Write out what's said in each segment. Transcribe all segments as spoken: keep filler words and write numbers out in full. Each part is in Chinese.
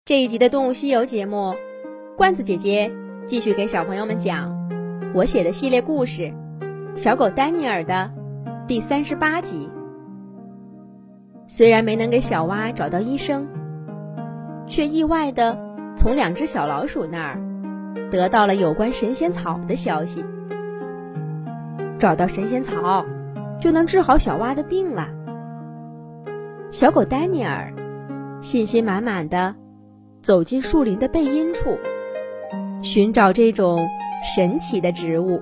这一集的《动物西游》节目，罐子姐姐继续给小朋友们讲我写的系列故事《小狗丹尼尔》的第三十八集。虽然没能给小蛙找到医生，却意外地从两只小老鼠那儿得到了有关神仙草的消息。找到神仙草，就能治好小蛙的病了。小狗丹尼尔信心满满地走进树林的背阴处，寻找这种神奇的植物。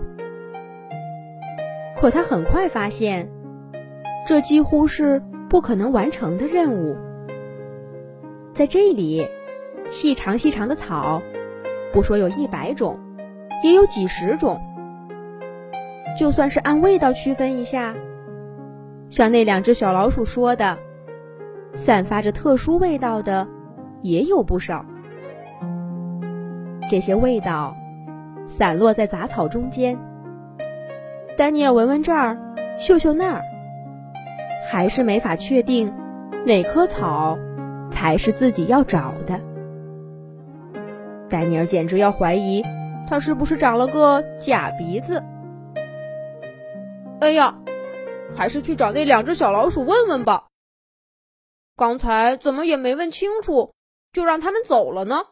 可他很快发现，这几乎是不可能完成的任务。在这里，细长细长的草，不说有一百种，也有几十种。就算是按味道区分一下，像那两只小老鼠说的，散发着特殊味道的也有不少。这些味道散落在杂草中间，丹尼尔闻闻这儿，嗅嗅那儿，还是没法确定哪棵草才是自己要找的。丹尼尔简直要怀疑他是不是长了个假鼻子。哎呀，还是去找那两只小老鼠问问吧。刚才怎么也没问清楚，就让他们走了呢？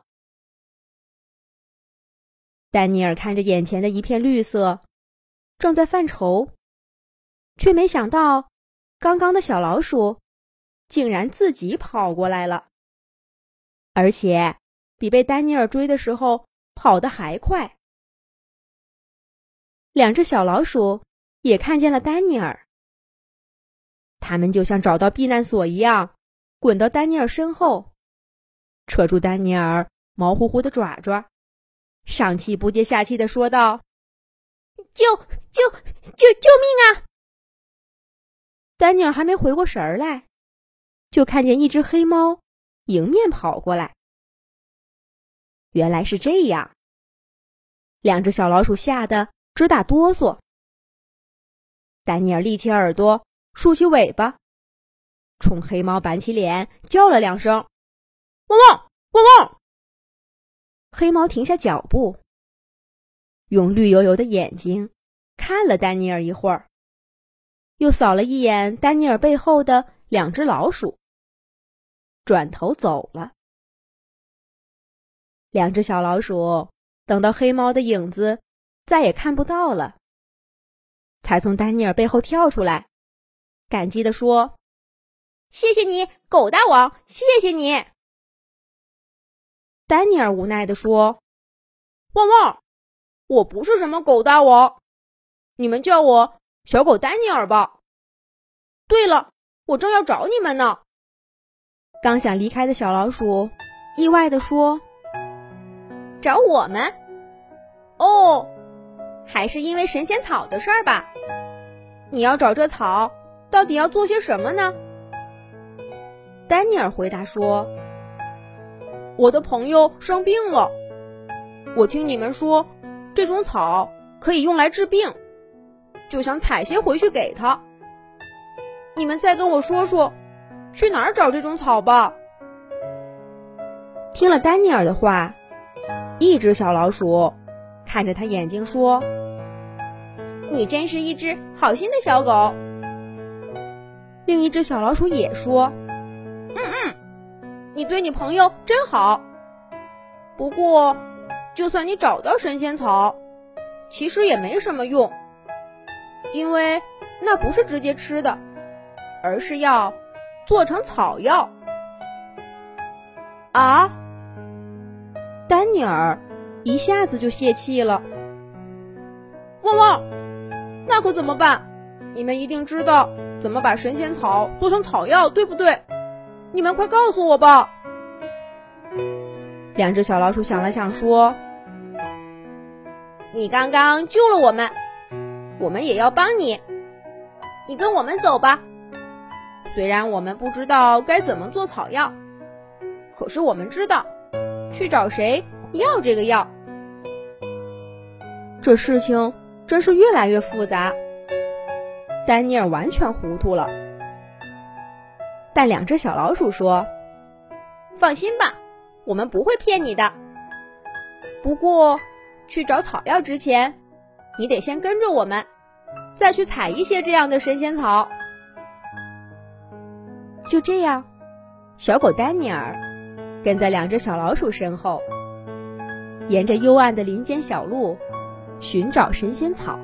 丹尼尔看着眼前的一片绿色，正在犯愁，却没想到刚刚的小老鼠竟然自己跑过来了，而且比被丹尼尔追的时候跑得还快。两只小老鼠也看见了丹尼尔，他们就像找到避难所一样，滚到丹尼尔身后，扯住丹尼尔毛乎乎的爪爪，上气不接下气地说道：救救救救命啊！丹尼尔还没回过神儿来，就看见一只黑猫迎面跑过来。原来是这样，两只小老鼠吓得直打哆嗦。丹尼尔立起耳朵，竖起尾巴，冲黑猫板起脸，叫了两声：汪汪汪汪！黑猫停下脚步，用绿油油的眼睛看了丹尼尔一会儿，又扫了一眼丹尼尔背后的两只老鼠，转头走了。两只小老鼠等到黑猫的影子再也看不到了，才从丹尼尔背后跳出来，感激地说：谢谢你，狗大王，谢谢你。丹尼尔无奈地说：汪汪，我不是什么狗大王，你们叫我小狗丹尼尔吧。对了，我正要找你们呢。刚想离开的小老鼠意外地说：找我们？哦，还是因为神仙草的事儿吧？你要找这草，到底要做些什么呢？丹尼尔回答说：我的朋友生病了，我听你们说这种草可以用来治病，就想采些回去给他。你们再跟我说说去哪儿找这种草吧。听了丹尼尔的话，一只小老鼠看着他眼睛说：你真是一只好心的小狗。另一只小老鼠也说：嗯嗯，你对你朋友真好。不过就算你找到神仙草，其实也没什么用，因为那不是直接吃的，而是要做成草药。啊？丹尼尔一下子就泄气了。汪汪，那可怎么办？你们一定知道怎么把神仙草做成草药，对不对？你们快告诉我吧。两只小老鼠想了想说：你刚刚救了我们，我们也要帮你，你跟我们走吧。虽然我们不知道该怎么做草药，可是我们知道去找谁要这个药。这事情真是越来越复杂，丹尼尔完全糊涂了。但两只小老鼠说：放心吧， 我们不会骗你的。不过，去找草药之前，你得先跟着我们，再去采一些这样的神仙草。”就这样，小狗丹尼尔跟在两只小老鼠身后，沿着幽暗的林间小路寻找神仙草。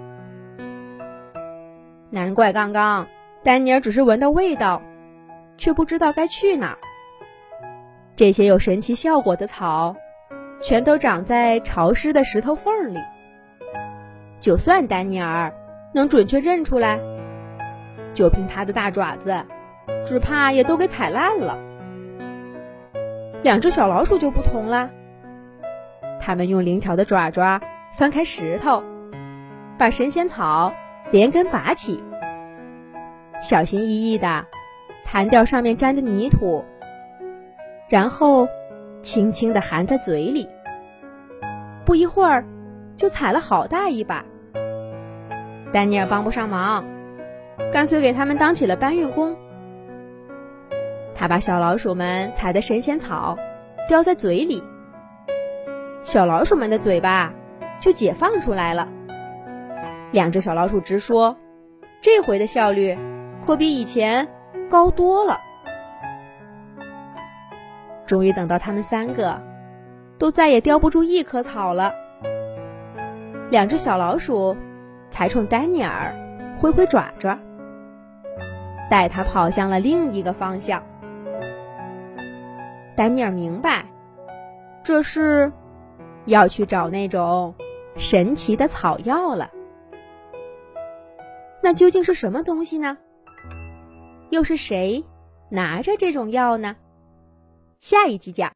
难怪刚刚丹尼尔只是闻到味道，却不知道该去哪儿。这些有神奇效果的草，全都长在潮湿的石头缝里。就算丹尼尔能准确认出来，就凭他的大爪子，只怕也都给踩烂了。两只小老鼠就不同啦，它们用灵巧的爪爪翻开石头，把神仙草连根拔起，小心翼翼地弹掉上面沾的泥土，然后轻轻地含在嘴里。不一会儿就采了好大一把。丹尼尔帮不上忙，干脆给他们当起了搬运工。他把小老鼠们采的神仙草叼在嘴里，小老鼠们的嘴巴就解放出来了。两只小老鼠直说，这回的效率可比以前高多了。终于等到他们三个都再也叼不住一棵草了，两只小老鼠才冲丹尼尔挥挥爪爪，带他跑向了另一个方向。丹尼尔明白，这是要去找那种神奇的草药了。那究竟是什么东西呢？又是谁拿着这种药呢？下一集讲。